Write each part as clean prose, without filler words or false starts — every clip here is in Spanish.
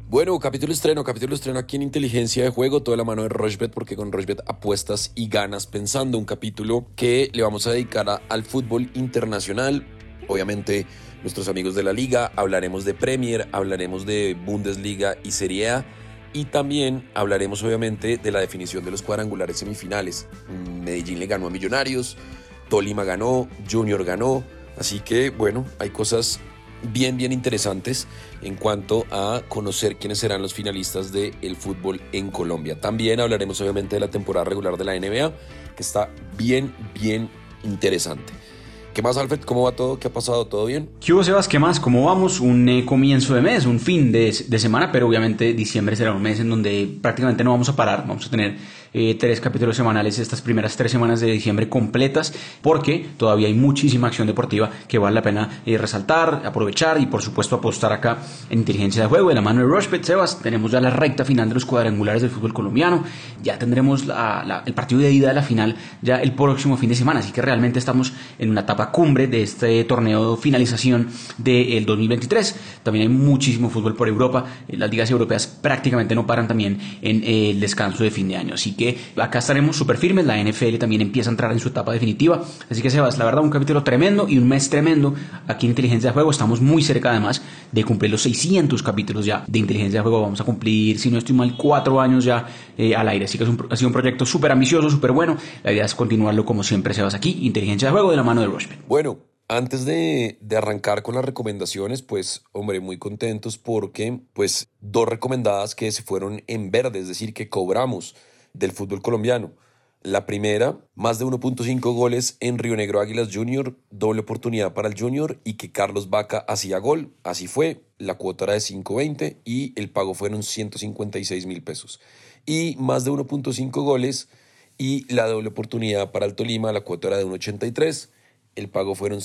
Bueno, capítulo estreno aquí en Inteligencia de Juego, toda la mano de Rochebet, porque con Rochebet apuestas y ganas pensando. Un capítulo que le vamos a dedicar al fútbol internacional. Obviamente, nuestros amigos de la Liga, hablaremos de Premier, hablaremos de Bundesliga y Serie A. Y también hablaremos obviamente de la definición de los cuadrangulares semifinales. Medellín le ganó a Millonarios, Tolima ganó, Junior ganó. Así que bueno, hay cosas bien interesantes en cuanto a conocer quiénes serán los finalistas del fútbol en Colombia. También hablaremos obviamente de la temporada regular de la NBA, que está bien interesante. ¿Qué más, Alfred? ¿Cómo va todo? ¿Qué ha pasado? ¿Todo bien? ¿Qué hubo, Sebas? ¿Qué más? ¿Cómo vamos? Un comienzo de mes, un fin de semana, pero obviamente diciembre será un mes en donde prácticamente no vamos a parar. Vamos a tener 3 capítulos semanales estas primeras 3 semanas de diciembre completas, porque todavía hay muchísima acción deportiva que vale la pena resaltar, aprovechar y por supuesto apostar acá en Inteligencia de Juego de la mano de Rochebet. Sebas, tenemos ya la recta final de los cuadrangulares del fútbol colombiano, ya tendremos el partido de ida de la final ya el próximo fin de semana, así que realmente estamos en una etapa cumbre de este torneo finalización del 2023. También hay muchísimo fútbol por Europa, las ligas europeas prácticamente no paran también en el descanso de fin de año, así que acá estaremos súper firmes. La NFL también empieza a entrar en su etapa definitiva, así que Sebas, la verdad un capítulo tremendo y un mes tremendo aquí en Inteligencia de Juego. Estamos muy cerca además de cumplir los 600 capítulos ya de Inteligencia de Juego. Vamos a cumplir, si no estoy mal, 4 años ya al aire, así que ha sido un proyecto súper ambicioso, súper bueno. La idea es continuarlo como siempre, Sebas, aquí Inteligencia de Juego de la mano de Rochebet. Bueno, antes de arrancar con las recomendaciones, pues, hombre, muy contentos porque, pues, 2 recomendadas que se fueron en verde, es decir, que cobramos del fútbol colombiano. La primera, más de 1.5 goles en Río Negro Águilas Junior, doble oportunidad para el Junior y que Carlos Vaca hacía gol. Así fue, la cuota era de 5.20 y el pago fueron 156.000 pesos. Y más de 1.5 goles y la doble oportunidad para el Tolima, la cuota era de 1.83. El pago fueron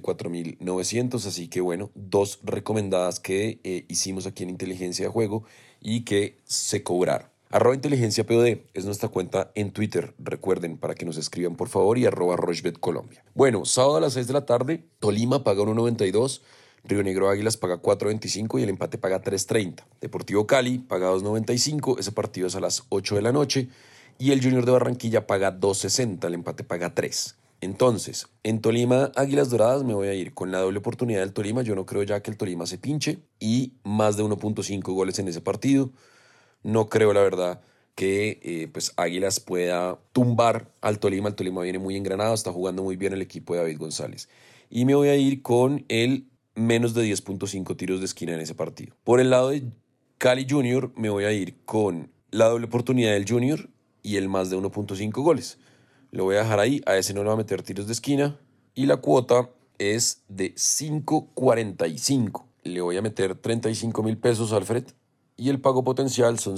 54.900, así que bueno, 2 recomendadas que hicimos aquí en Inteligencia de Juego y que se cobraron. @InteligenciaPOD es nuestra cuenta en Twitter, recuerden, para que nos escriban por favor, y @Rochebet Colombia. Bueno, sábado a las 6 de la tarde, Tolima paga 1.92, Río Negro Águilas paga 4.25 y el empate paga 3.30. Deportivo Cali paga 2.95, ese partido es a las 8 de la noche, y el Junior de Barranquilla paga 2.60, el empate paga 3. Entonces, en Tolima, Águilas Doradas me voy a ir con la doble oportunidad del Tolima. Yo no creo ya que el Tolima se pinche y más de 1.5 goles en ese partido. No creo, la verdad, que pues Águilas pueda tumbar al Tolima. El Tolima viene muy engranado, está jugando muy bien el equipo de David González. Y me voy a ir con el menos de 10.5 tiros de esquina en ese partido. Por el lado de Cali Junior, me voy a ir con la doble oportunidad del Junior y el más de 1.5 goles. Lo voy a dejar ahí, a ese no le voy a meter tiros de esquina. Y la cuota es de 5.45. Le voy a meter 35.000 pesos, Alfred. Y el pago potencial son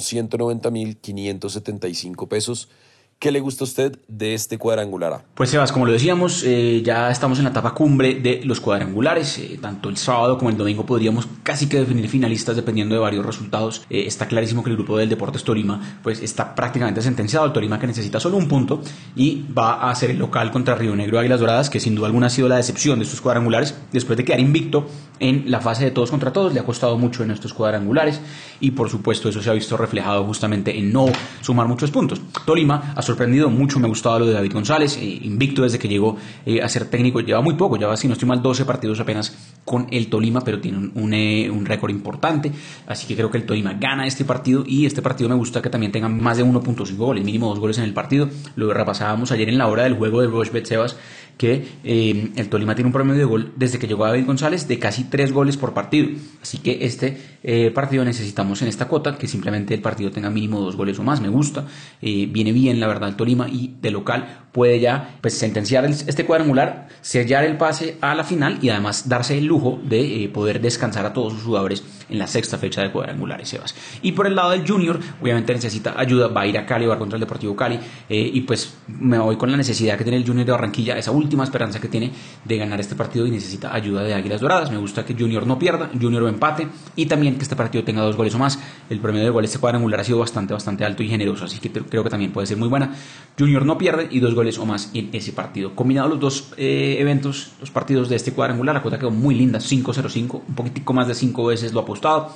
190.575 pesos. ¿Qué le gusta a usted de este cuadrangular A? Pues Sebas, como lo decíamos, ya estamos en la etapa cumbre de los cuadrangulares. Tanto el sábado como el domingo podríamos casi que definir finalistas dependiendo de varios resultados. Está clarísimo que el grupo del Deportes Tolima pues está prácticamente sentenciado. El Tolima, que necesita solo un punto y va a ser el local contra Río Negro Águilas Doradas, que sin duda alguna ha sido la decepción de estos cuadrangulares. Después de quedar invicto en la fase de todos contra todos, le ha costado mucho en estos cuadrangulares y por supuesto eso se ha visto reflejado justamente en no sumar muchos puntos. Tolima ha sorprendido mucho, me ha gustado lo de David González, invicto desde que llegó a ser técnico. Lleva muy poco, lleva, si no estoy mal, 12 partidos apenas con el Tolima, pero tiene un récord importante, así que creo que el Tolima gana este partido, y este partido me gusta que también tenga más de 1.5 goles, mínimo 2 goles en el partido. Lo repasábamos ayer en la hora del juego de Rochebet, Sebas, que el Tolima tiene un promedio de gol desde que llegó a David González de casi 3 goles por partido, así que este partido necesitamos en esta cuota que simplemente el partido tenga mínimo 2 goles o más. Me gusta, viene bien la verdad el Tolima, y de local puede ya pues sentenciar este cuadrangular, sellar el pase a la final y además darse el lujo de poder descansar a todos sus jugadores en la sexta fecha de cuadrangulares, Sebas. Y por el lado del Junior, obviamente necesita ayuda, va a ir a Cali, va contra el Deportivo Cali, y pues me voy con la necesidad que tiene el Junior de Barranquilla, esa última esperanza que tiene de ganar este partido, y necesita ayuda de Águilas Doradas. Me gusta que Junior no pierda, Junior o empate, y también que este partido tenga 2 goles o más. El promedio de goles de este cuadrangular ha sido bastante alto y generoso, así que creo que también puede ser muy buena. Junior no pierde y 2 goles o más en ese partido. Combinado los dos eventos, los partidos de este cuadrangular, la cuota quedó muy linda, 5.05, un poquitico más de 5 veces lo apostado.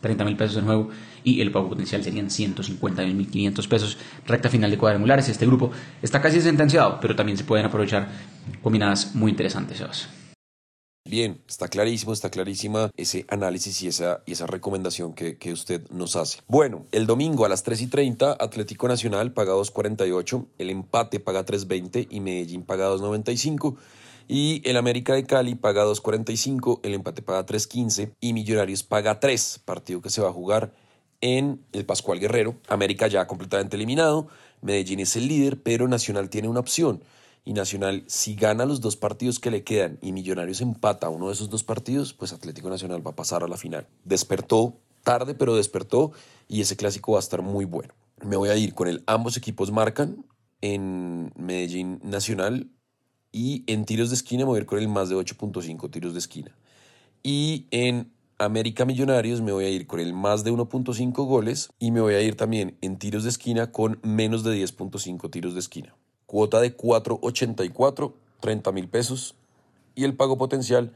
30.000 pesos de nuevo, y el pago potencial serían 150.500 pesos. Recta final de cuadrangulares. Este grupo está casi sentenciado, pero también se pueden aprovechar combinadas muy interesantes, Sebas. Bien, está clarísimo, está clarísima ese análisis y esa recomendación que usted nos hace. Bueno, el domingo a las 3:30, Atlético Nacional paga 2.48, el empate paga 3.20 y Medellín paga 2.95. Y el América de Cali paga 2.45, el empate paga 3.15 y Millonarios paga 3, partido que se va a jugar en el Pascual Guerrero. América ya completamente eliminado, Medellín es el líder, pero Nacional tiene una opción. Y Nacional, si gana los dos partidos que le quedan y Millonarios empata uno de esos dos partidos, pues Atlético Nacional va a pasar a la final. Despertó tarde, pero despertó y ese clásico va a estar muy bueno. Me voy a ir con el ambos equipos marcan en Medellín Nacional y en tiros de esquina me voy a ir con el más de 8.5 tiros de esquina. Y en América Millonarios me voy a ir con el más de 1.5 goles y me voy a ir también en tiros de esquina con menos de 10.5 tiros de esquina. Cuota de 4.84, 30.000 pesos y el pago potencial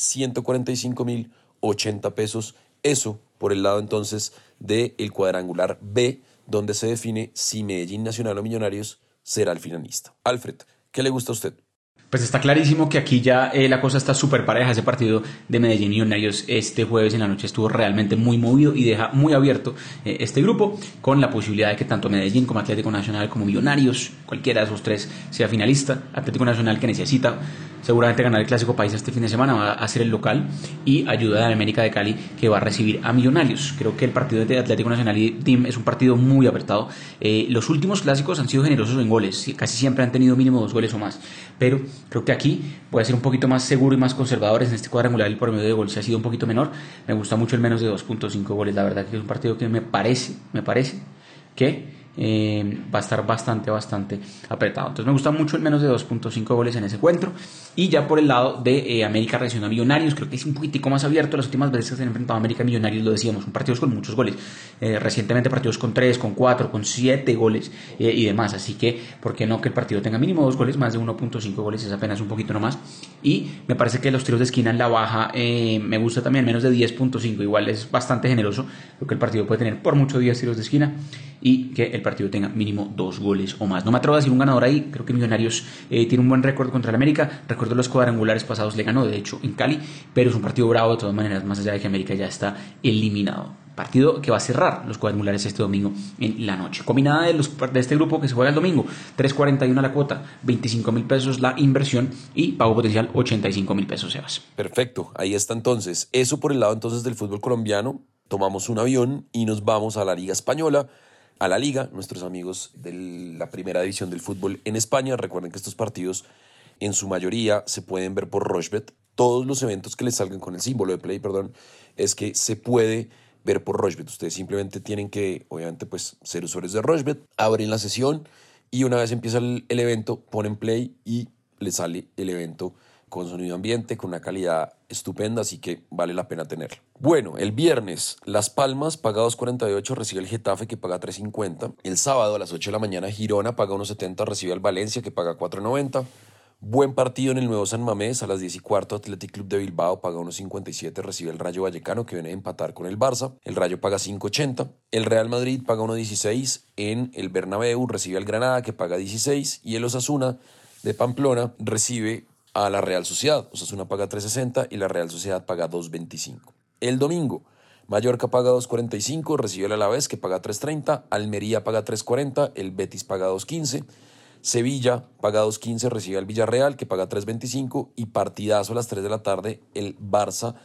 145.080 pesos. Eso por el lado entonces del cuadrangular B, donde se define si Medellín Nacional o Millonarios será el finalista. Alfred, ¿qué le gusta a usted? Pues está clarísimo que aquí ya la cosa está súper pareja. Ese partido de Medellín y Millonarios este jueves en la noche estuvo realmente muy movido y deja muy abierto este grupo, con la posibilidad de que tanto Medellín como Atlético Nacional como Millonarios, cualquiera de esos tres, sea finalista. Atlético Nacional, que necesita seguramente ganar el Clásico País este fin de semana, va a ser el local, y ayuda a América de Cali, que va a recibir a Millonarios. Creo que el partido de Atlético Nacional y Team es un partido muy apretado. Los últimos clásicos han sido generosos en goles, casi siempre han tenido mínimo 2 goles o más, pero creo que aquí voy a ser un poquito más seguro y más conservadores. En este cuadrangular el promedio de gol se ha sido un poquito menor. Me gusta mucho el menos de 2.5 goles. La verdad que es un partido que me parece que va a estar bastante apretado. Entonces me gusta mucho el menos de 2.5 goles en ese encuentro. Y ya por el lado de América reaccionó a Millonarios, creo que es un poquitico más abierto. Las últimas veces que se han enfrentado a América y Millonarios, lo decíamos, son partidos con muchos goles. Recientemente partidos con 3, con 4, con 7 goles y demás. Así que, ¿por qué no que el partido tenga mínimo 2 goles? Más de 1.5 goles es apenas un poquito nomás. Y me parece que los tiros de esquina en la baja me gusta también, menos de 10.5. Igual es bastante generoso. Creo que el partido puede tener por mucho 10 tiros de esquina y que el partido tenga mínimo 2 goles o más. No me atrevo a decir un ganador ahí. Creo que Millonarios tiene un buen récord contra el América. Recuerdo los cuadrangulares pasados, le ganó de hecho en Cali, pero es un partido bravo de todas maneras, más allá de que América ya está eliminado. Partido que va a cerrar los cuadrangulares este domingo en la noche. Combinada de este grupo que se juega el domingo, 3.41 la cuota, 25.000 pesos la inversión y pago potencial 85.000 pesos, Sebas. Perfecto, ahí está entonces. Eso por el lado entonces del fútbol colombiano. Tomamos un avión y nos vamos a la Liga Española, a la Liga, nuestros amigos de la primera división del fútbol en España. Recuerden que estos partidos en su mayoría se pueden ver por Rochebet. Todos los eventos que les salgan con el símbolo de play, es que se puede ver por Rochebet. Ustedes simplemente tienen que, obviamente, pues ser usuarios de Rochebet, abren la sesión y una vez empieza el evento, ponen play y les sale el evento con sonido ambiente, con una calidad estupenda, así que vale la pena tenerlo. Bueno, el viernes, Las Palmas paga 2.48, recibe el Getafe, que paga 3.50. El sábado a las 8 de la mañana, Girona paga 1.70, recibe al Valencia, que paga 4.90. Buen partido en el Nuevo San Mamés, a las 10:15, Athletic Club de Bilbao paga 1.57, recibe el Rayo Vallecano, que viene a empatar con el Barça. El Rayo paga 5.80. El Real Madrid paga 1.16 en el Bernabéu, recibe al Granada, que paga 16. Y el Osasuna de Pamplona recibe a la Real Sociedad. Osasuna paga 3.60 y la Real Sociedad paga 2.25. El domingo, Mallorca paga 2.45, recibe el Alavés, que paga 3.30. Almería paga 3.40, el Betis paga 2.15. Sevilla paga 2.15, recibe al Villarreal, que paga 3.25. Y partidazo a las 3 de la tarde, el Barça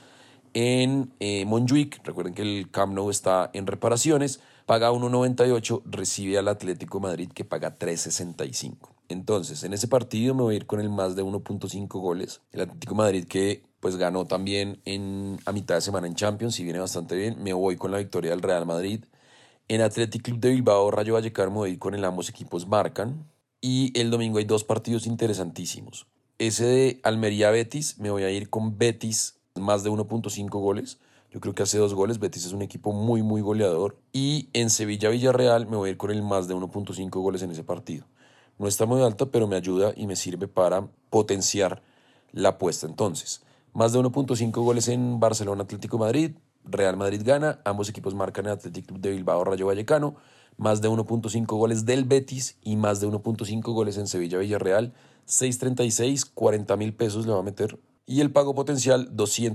en Montjuic. Recuerden que el Camp Nou está en reparaciones. Paga 1.98, recibe al Atlético de Madrid, que paga 3.65. Entonces, en ese partido me voy a ir con el más de 1.5 goles. El Atlético de Madrid, que pues ganó también a mitad de semana en Champions y viene bastante bien. Me voy con la victoria del Real Madrid. En Athletic Club de Bilbao, Rayo Vallecano, me voy a ir con el ambos equipos marcan. Y el domingo hay dos partidos interesantísimos. Ese de Almería-Betis, me voy a ir con Betis, más de 1.5 goles. Yo creo que hace 2 goles. Betis es un equipo muy, muy goleador. Y en Sevilla-Villarreal me voy a ir con el más de 1.5 goles en ese partido. No está muy alta, pero me ayuda y me sirve para potenciar la apuesta. Entonces, más de 1.5 goles en Barcelona-Atlético de Madrid. Real Madrid gana, ambos equipos marcan el Athletic Club de Bilbao, Rayo Vallecano, más de 1.5 goles del Betis y más de 1.5 goles en Sevilla Villarreal, 6.36, 40.000 pesos le va a meter y el pago potencial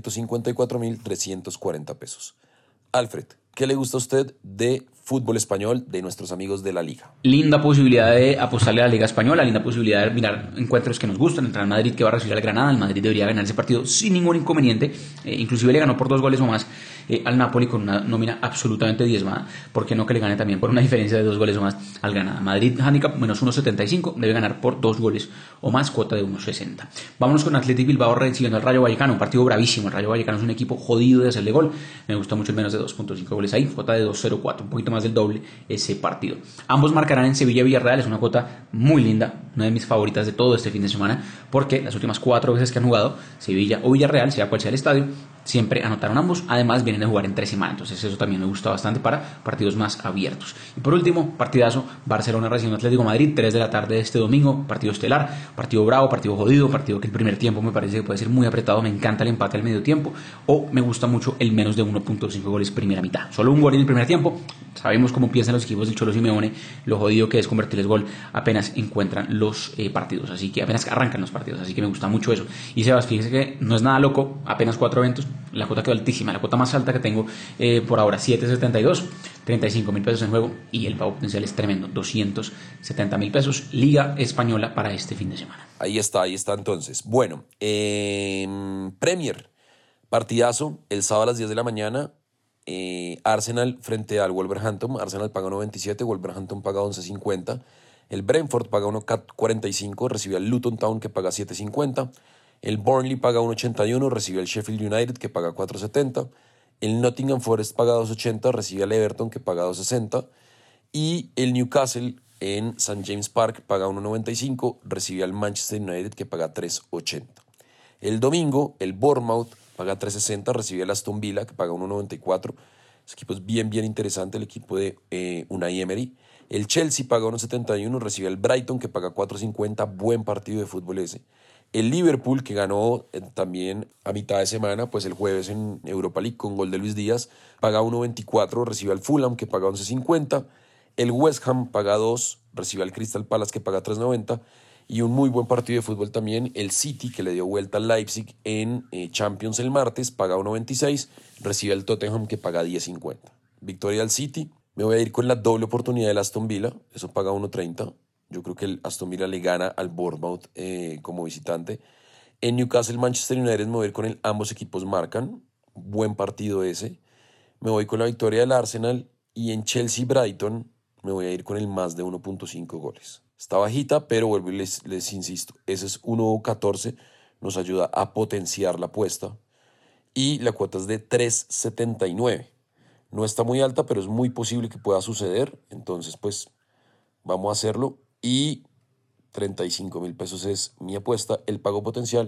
254.340 pesos. Alfred, ¿qué le gusta a usted de fútbol español de nuestros amigos de la Liga? Linda posibilidad de apostarle a la Liga Española, linda posibilidad de mirar encuentros que nos gustan. El Real Madrid que va a recibir al Granada, el Madrid debería ganar ese partido sin ningún inconveniente, inclusive le ganó por 2 goles o más al Napoli con una nómina absolutamente diezmada, ¿por qué no que le gane también por una diferencia de 2 goles o más al Granada? Madrid handicap menos 1.75, debe ganar por 2 goles o más, cuota de 1.60. Vámonos con Athletic Bilbao recibiendo al Rayo Vallecano, un partido bravísimo. El Rayo Vallecano es un equipo jodido de hacerle gol, me gusta mucho el menos de 2.5 goles ahí, cuota de 2.04, un poquito más del doble ese partido. Ambos marcarán en Sevilla Villarreal, es una cuota muy linda, una de mis favoritas de todo este fin de semana, porque las últimas 4 veces que han jugado Sevilla o Villarreal, sea cual sea el estadio, siempre anotaron ambos, además vienen de jugar en 3 semanas, entonces eso también me gusta bastante para partidos más abiertos. Y por último, partidazo, Barcelona recibiendo Atlético de Madrid, 3 de la tarde de este domingo, partido estelar, partido bravo, partido jodido, partido que el primer tiempo me parece que puede ser muy apretado, me encanta el empate al medio tiempo, o me gusta mucho el menos de 1.5 goles primera mitad, solo un gol en el primer tiempo. Sabemos cómo piensan los equipos del Cholo Simeone, lo jodido que es convertirles gol apenas encuentran los partidos, así que apenas arrancan los partidos, así que me gusta mucho eso. Y Sebas, fíjese que no es nada loco, apenas 4 eventos, la cuota quedó altísima, la cuota más alta que tengo por ahora, 7.72, 35.000 pesos en juego y el pago potencial es tremendo, 270.000 pesos, Liga Española para este fin de semana. Ahí está entonces. Bueno, Premier, partidazo, el sábado a las 10 de la mañana, Arsenal frente al Wolverhampton. Arsenal paga 1.27, Wolverhampton paga 11.50. El Brentford paga 1.45, recibe al Luton Town que paga 7.50. El Burnley paga 1.81, recibe al Sheffield United que paga 4.70. El Nottingham Forest paga 2.80, recibe al Everton que paga 2.60. Y el Newcastle en St. James Park paga 1.95, recibe al Manchester United que paga 3.80. El domingo, el Bournemouth paga 3.60, recibe al Aston Villa que paga 1.94. Ese equipo es bien interesante, el equipo de Unai Emery. El Chelsea paga 1.71, recibe al Brighton que paga 4.50, buen partido de fútbol ese. El Liverpool, que ganó también a mitad de semana, pues el jueves en Europa League con gol de Luis Díaz, paga 1.24, recibe al Fulham que paga 11.50. El West Ham paga 2, recibe al Crystal Palace que paga 3.90. Y un muy buen partido de fútbol también, el City, que le dio vuelta al Leipzig en Champions el martes, paga 1.26, recibe al Tottenham que paga 10.50. Victoria del City. Me voy a ir con la doble oportunidad del Aston Villa, eso paga 1.30. Yo creo que el Aston Villa le gana al Bournemouth como visitante. En Newcastle, Manchester United me voy a ir con el ambos equipos marcan. Buen partido ese. Me voy con la victoria del Arsenal. Y en Chelsea, Brighton me voy a ir con el más de 1.5 goles. Está bajita, pero vuelvo y les insisto. Ese es 1.14. Nos ayuda a potenciar la apuesta. Y la cuota es de 3.79. No está muy alta, pero es muy posible que pueda suceder. Entonces, pues, vamos a hacerlo. Y 35.000 pesos es mi apuesta. El pago potencial,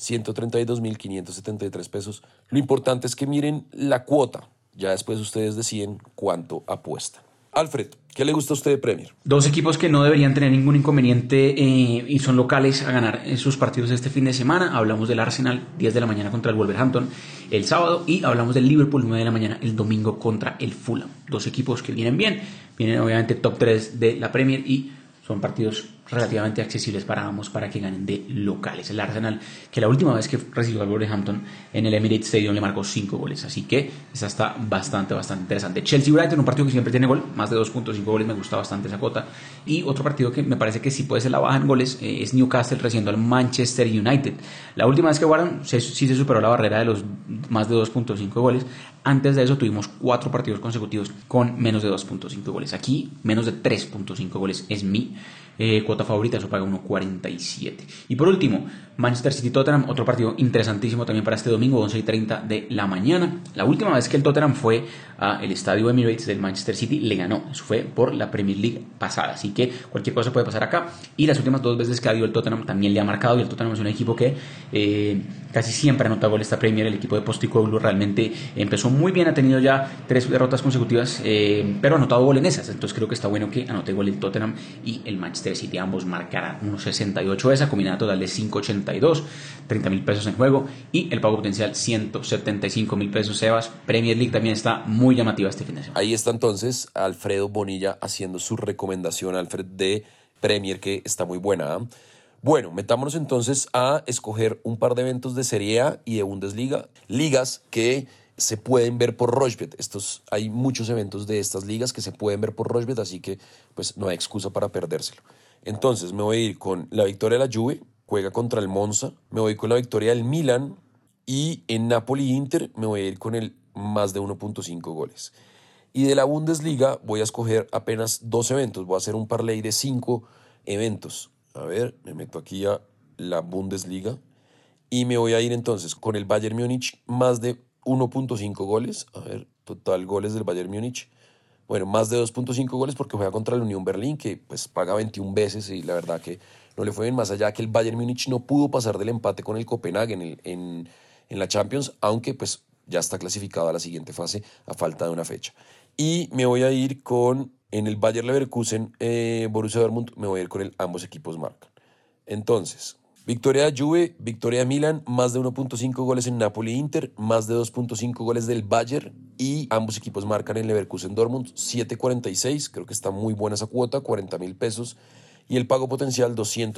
132.573 pesos. Lo importante es que miren la cuota. Ya después ustedes deciden cuánto apuestan. Alfred, ¿qué le gusta a usted de Premier? 2 equipos que no deberían tener ningún inconveniente y son locales a ganar sus partidos este fin de semana. Hablamos del Arsenal, 10 de la mañana contra el Wolverhampton el sábado, y hablamos del Liverpool, 9 de la mañana el domingo contra el Fulham. 2 equipos que vienen bien, vienen obviamente top 3 de la Premier y son partidos relativamente accesibles para ambos para que ganen de locales. El Arsenal, que la última vez que recibió al Wolverhampton en el Emirates Stadium le marcó 5 goles, así que esa está bastante interesante. Chelsea-Brighton, un partido que siempre tiene gol, más de 2.5 goles, me gusta bastante esa cota. Y otro partido que me parece que sí puede ser la baja en goles es Newcastle recibiendo al Manchester United. La última vez que jugaron sí se superó la barrera de los más de 2.5 goles. Antes de eso tuvimos 4 partidos consecutivos con menos de 2.5 goles. Aquí menos de 3.5 goles es mi cuota favorita, eso paga 1.47. Y por último, Manchester City-Tottenham, otro partido interesantísimo también para este domingo, 11:30 de la mañana. La última vez que el Tottenham fue al estadio Emirates del Manchester City, le ganó. Eso fue por la Premier League pasada, así que cualquier cosa puede pasar acá. Y las últimas 2 veces que ha ido el Tottenham también le ha marcado, y el Tottenham es un equipo que casi siempre anota gol esta Premier. El equipo de Postecoglou realmente empezó muy bien, ha tenido ya 3 derrotas consecutivas, pero ha anotado gol en esas, entonces creo que está bueno que anote gol el Tottenham y el Manchester Manchester City. Ambos marcarán 1.68 esa, combinada total de 5.82, 30.000 pesos en juego y el pago potencial 175.000 pesos. Sebas, Premier League también está muy llamativa este fin de semana. Ahí está entonces Alfredo Bonilla haciendo su recomendación, Alfred, de Premier, que está muy buena. Bueno, metámonos entonces a escoger un par de eventos de Serie A y de Bundesliga, ligas que se pueden ver por Rochbet. Hay muchos eventos de estas ligas que se pueden ver por Rochbet, así que pues no hay excusa para perdérselo. Entonces me voy a ir con la victoria de la Juve, juega contra el Monza, me voy con la victoria del Milan y en Napoli-Inter me voy a ir con el más de 1.5 goles. Y de la Bundesliga voy a escoger apenas 2 eventos, voy a hacer un parlay de 5 eventos. A ver, me meto aquí a la Bundesliga y me voy a ir entonces con el Bayern Múnich más de 1.5 goles. A ver, total goles del Bayern Múnich. Bueno, más de 2.5 goles porque juega contra la Unión Berlín, que pues paga 21 veces y la verdad que no le fue bien, más allá que el Bayern Múnich no pudo pasar del empate con el Copenhague en la Champions, aunque pues ya está clasificado a la siguiente fase a falta de una fecha. Y me voy a ir con, en el Bayer Leverkusen, Borussia Dortmund, me voy a ir con el ambos equipos marcan. Entonces, victoria de Juve, victoria de Milan, más de 1.5 goles en Napoli-Inter, más de 2.5 goles del Bayern y ambos equipos marcan en Leverkusen-Dortmund, 7.46, creo que está muy buena esa cuota, 40.000 pesos y el pago potencial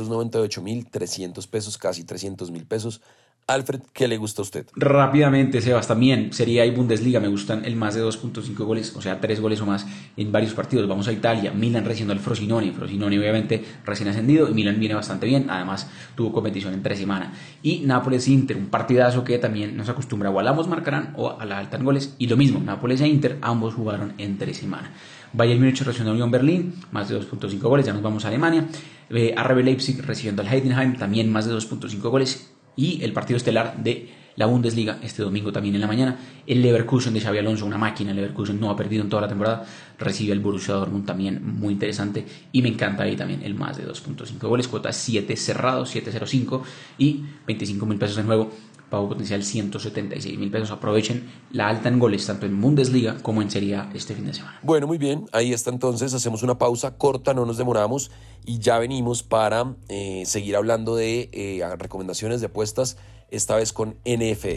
298.300 pesos, casi 300.000 pesos. Alfred, ¿qué le gusta a usted? Rápidamente, Sebas, también Serie A y Bundesliga me gustan el más de 2.5 goles, o sea, 3 goles o más en varios partidos. Vamos a Italia, Milan recibiendo al Frosinone obviamente recién ascendido y Milan viene bastante bien, además tuvo competición entre semana. Y Nápoles-Inter, un partidazo que también nos acostumbra o al ambos marcarán o a la alta en goles y lo mismo, Nápoles e Inter, ambos jugaron entre semana. Bayern Múnich recibiendo a Unión Berlín, más de 2.5 goles, ya nos vamos a Alemania. RB Leipzig recibiendo al Heidenheim, también más de 2.5 goles. Y el partido estelar de la Bundesliga este domingo también en la mañana, el Leverkusen de Xabi Alonso, una máquina. El Leverkusen no ha perdido en toda la temporada, recibe al Borussia Dortmund, también muy interesante y me encanta ahí también el más de 2.5 goles, cuota 7 cerrado, 7.05 y 25.000 pesos en juego, pago potencial 176.000 pesos. Aprovechen la alta en goles tanto en Bundesliga como en Serie A este fin de semana. Bueno, muy bien, ahí está entonces, hacemos una pausa corta, no nos demoramos y ya venimos para seguir hablando de recomendaciones de apuestas, esta vez con NFL.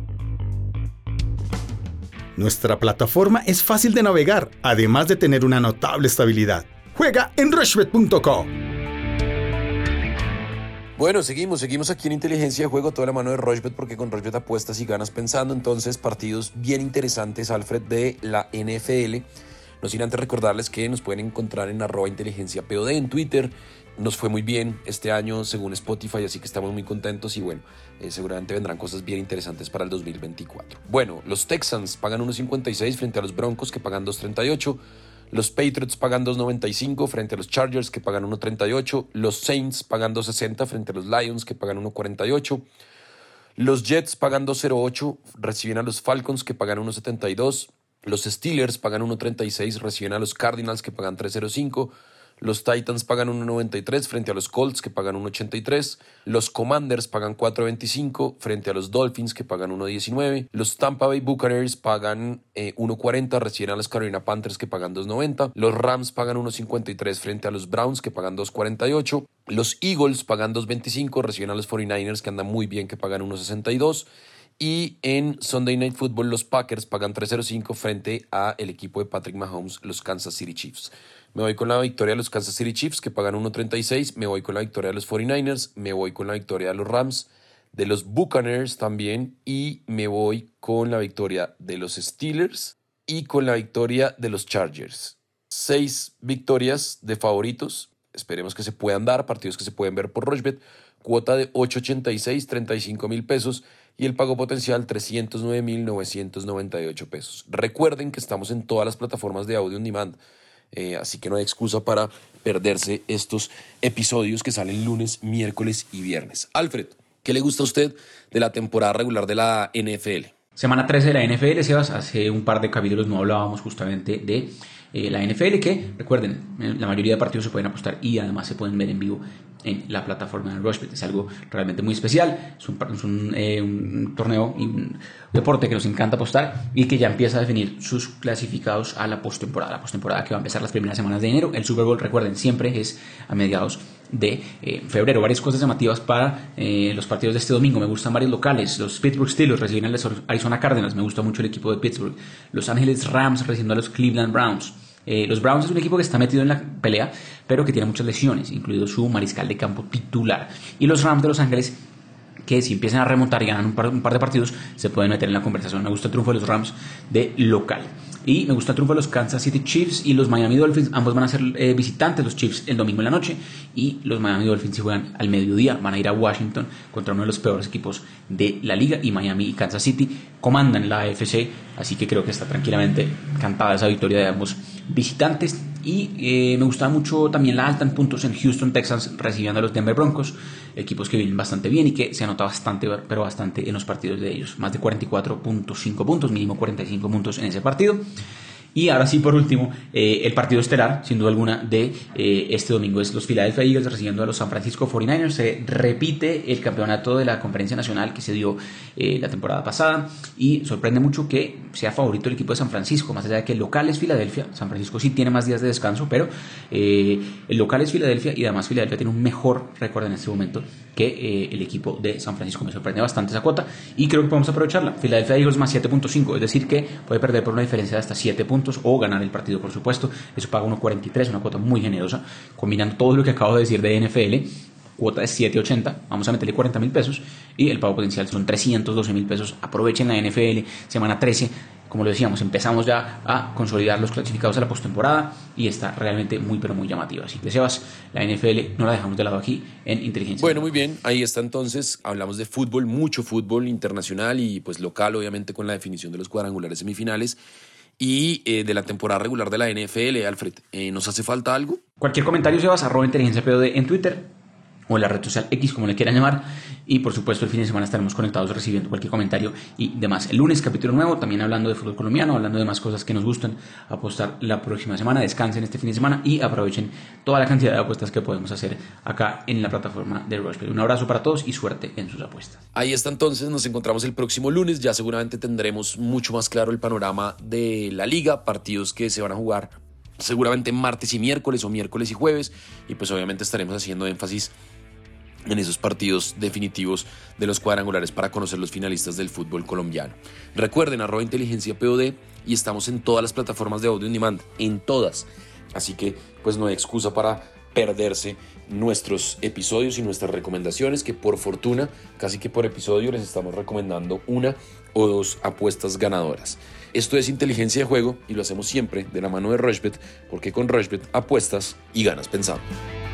Nuestra plataforma es fácil de navegar, además de tener una notable estabilidad. Juega en rushbet.co. Bueno, seguimos aquí en Inteligencia de Juego, toda la mano de Rochbet, porque con Rochbet apuestas y ganas pensando. Entonces, partidos bien interesantes, Alfred, de la NFL. No sin antes recordarles que nos pueden encontrar en @inteligenciapod en Twitter. Nos fue muy bien este año según Spotify, así que estamos muy contentos y bueno, seguramente vendrán cosas bien interesantes para el 2024. Bueno, los Texans pagan 1.56 frente a los Broncos que pagan 2.38. Los Patriots pagan 2.95 frente a los Chargers que pagan 1.38. Los Saints pagan 2.60 frente a los Lions que pagan 1.48. Los Jets pagan 2.08, reciben a los Falcons que pagan 1.72. Los Steelers pagan 1.36, reciben a los Cardinals que pagan 3.05. Los Titans pagan 1.93 frente a los Colts que pagan 1.83. Los Commanders pagan 4.25 frente a los Dolphins que pagan 1.19. Los Tampa Bay Buccaneers pagan 1.40, reciben a los Carolina Panthers que pagan 2.90. Los Rams pagan 1.53 frente a los Browns que pagan 2.48. Los Eagles pagan 2.25, reciben a los 49ers que andan muy bien que pagan 1.62. Y en Sunday Night Football los Packers pagan 3.05 frente a el equipo de Patrick Mahomes, los Kansas City Chiefs. Me voy con la victoria de los Kansas City Chiefs que pagan 1.36, me voy con la victoria de los 49ers, me voy con la victoria de los Rams, de los Buccaneers también y me voy con la victoria de los Steelers y con la victoria de los Chargers. 6 victorias de favoritos, esperemos que se puedan dar, partidos que se pueden ver por Rochbet, cuota de 8.86, 35.000 pesos y el pago potencial 309.998 pesos. Recuerden que estamos en todas las plataformas de audio on demand, así que no hay excusa para perderse estos episodios que salen lunes, miércoles y viernes. Alfred, ¿qué le gusta a usted de la temporada regular de la NFL? Semana 13 de la NFL, Sebas, hace un par de capítulos no hablábamos justamente de la NFL, que recuerden, la mayoría de partidos se pueden apostar y además se pueden ver en vivo en la plataforma de Rushbet. Es algo realmente muy especial, es un torneo y un deporte que nos encanta apostar y que ya empieza a definir sus clasificados a la postemporada que va a empezar las primeras semanas de enero. El Super Bowl, recuerden, siempre es a mediados de febrero. Varias cosas llamativas para los partidos de este domingo. Me gustan varios locales. Los Pittsburgh Steelers reciben a los Arizona Cardinals. Me gusta mucho el equipo de Pittsburgh. Los Ángeles Rams recibiendo a los Cleveland Browns. Los Browns es un equipo que está metido en la pelea, pero que tiene muchas lesiones, incluido su mariscal de campo titular. Y los Rams de Los Ángeles, que si empiezan a remontar y ganan un par de partidos, se pueden meter en la conversación. Me gusta el triunfo de los Rams de local. Y me gusta el triunfo de los Kansas City Chiefs y los Miami Dolphins. Ambos van a ser visitantes, los Chiefs el domingo en la noche y los Miami Dolphins si juegan al mediodía. Van a ir a Washington contra uno de los peores equipos de la liga, y Miami y Kansas City comandan la AFC, así que creo que está tranquilamente cantada esa victoria de ambos visitantes. Y me gustaba mucho también la alta en puntos en Houston Texans recibiendo a los Denver Broncos, equipos que vienen bastante bien y que se anota bastante, pero bastante en los partidos de ellos. Más de 44.5 puntos, mínimo 45 puntos en ese partido. Y ahora sí, por último, el partido estelar, sin duda alguna, de este domingo es los Philadelphia Eagles recibiendo a los San Francisco 49ers. Se repite el campeonato de la Conferencia Nacional que se dio la temporada pasada, y sorprende mucho que sea favorito el equipo de San Francisco, más allá de que el local es Filadelfia. San Francisco sí tiene más días de descanso, pero el local es Filadelfia, y además Filadelfia tiene un mejor récord en este momento que el equipo de San Francisco. Me sorprende bastante esa cuota y creo que podemos aprovecharla. Philadelphia Eagles más 7.5, es decir que puede perder por una diferencia de hasta 7 puntos o ganar el partido, por supuesto. Eso paga 1.43, una cuota muy generosa, combinando todo lo que acabo de decir de NFL. Cuota de 7.80, vamos a meterle 40,000 pesos y el pago potencial son 312,000 pesos. Aprovechen la NFL, semana 13. Como lo decíamos, empezamos ya a consolidar los clasificados a la postemporada y está realmente muy pero muy llamativa. Así que, Sebas, la NFL no la dejamos de lado aquí en Inteligencia. Bueno, muy bien, ahí está entonces. Hablamos de fútbol, mucho fútbol internacional y pues local, obviamente, con la definición de los cuadrangulares semifinales y de la temporada regular de la NFL. Alfred, ¿nos hace falta algo? Cualquier comentario, Sebas, @inteligenciapod en Twitter o en la red social X, como le quieran llamar. Y por supuesto el fin de semana estaremos conectados recibiendo cualquier comentario y demás. El lunes capítulo nuevo, también hablando de fútbol colombiano, hablando de más cosas que nos gustan apostar la próxima semana. Descansen este fin de semana y aprovechen toda la cantidad de apuestas que podemos hacer acá en la plataforma de Rushbet. Un abrazo para todos y suerte en sus apuestas. Ahí está entonces, nos encontramos el próximo lunes. Ya seguramente tendremos mucho más claro el panorama de la liga, partidos que se van a jugar seguramente martes y miércoles o miércoles y jueves, y pues obviamente estaremos haciendo énfasis en esos partidos definitivos de los cuadrangulares para conocer los finalistas del fútbol colombiano. Recuerden, @inteligenciapod, y estamos en todas las plataformas de audio on demand, en todas. Así que pues no hay excusa para perderse nuestros episodios y nuestras recomendaciones, que por fortuna casi que por episodio les estamos recomendando una o dos apuestas ganadoras. Esto es Inteligencia de Juego y lo hacemos siempre de la mano de Rushbet, porque con Rushbet apuestas y ganas pensando.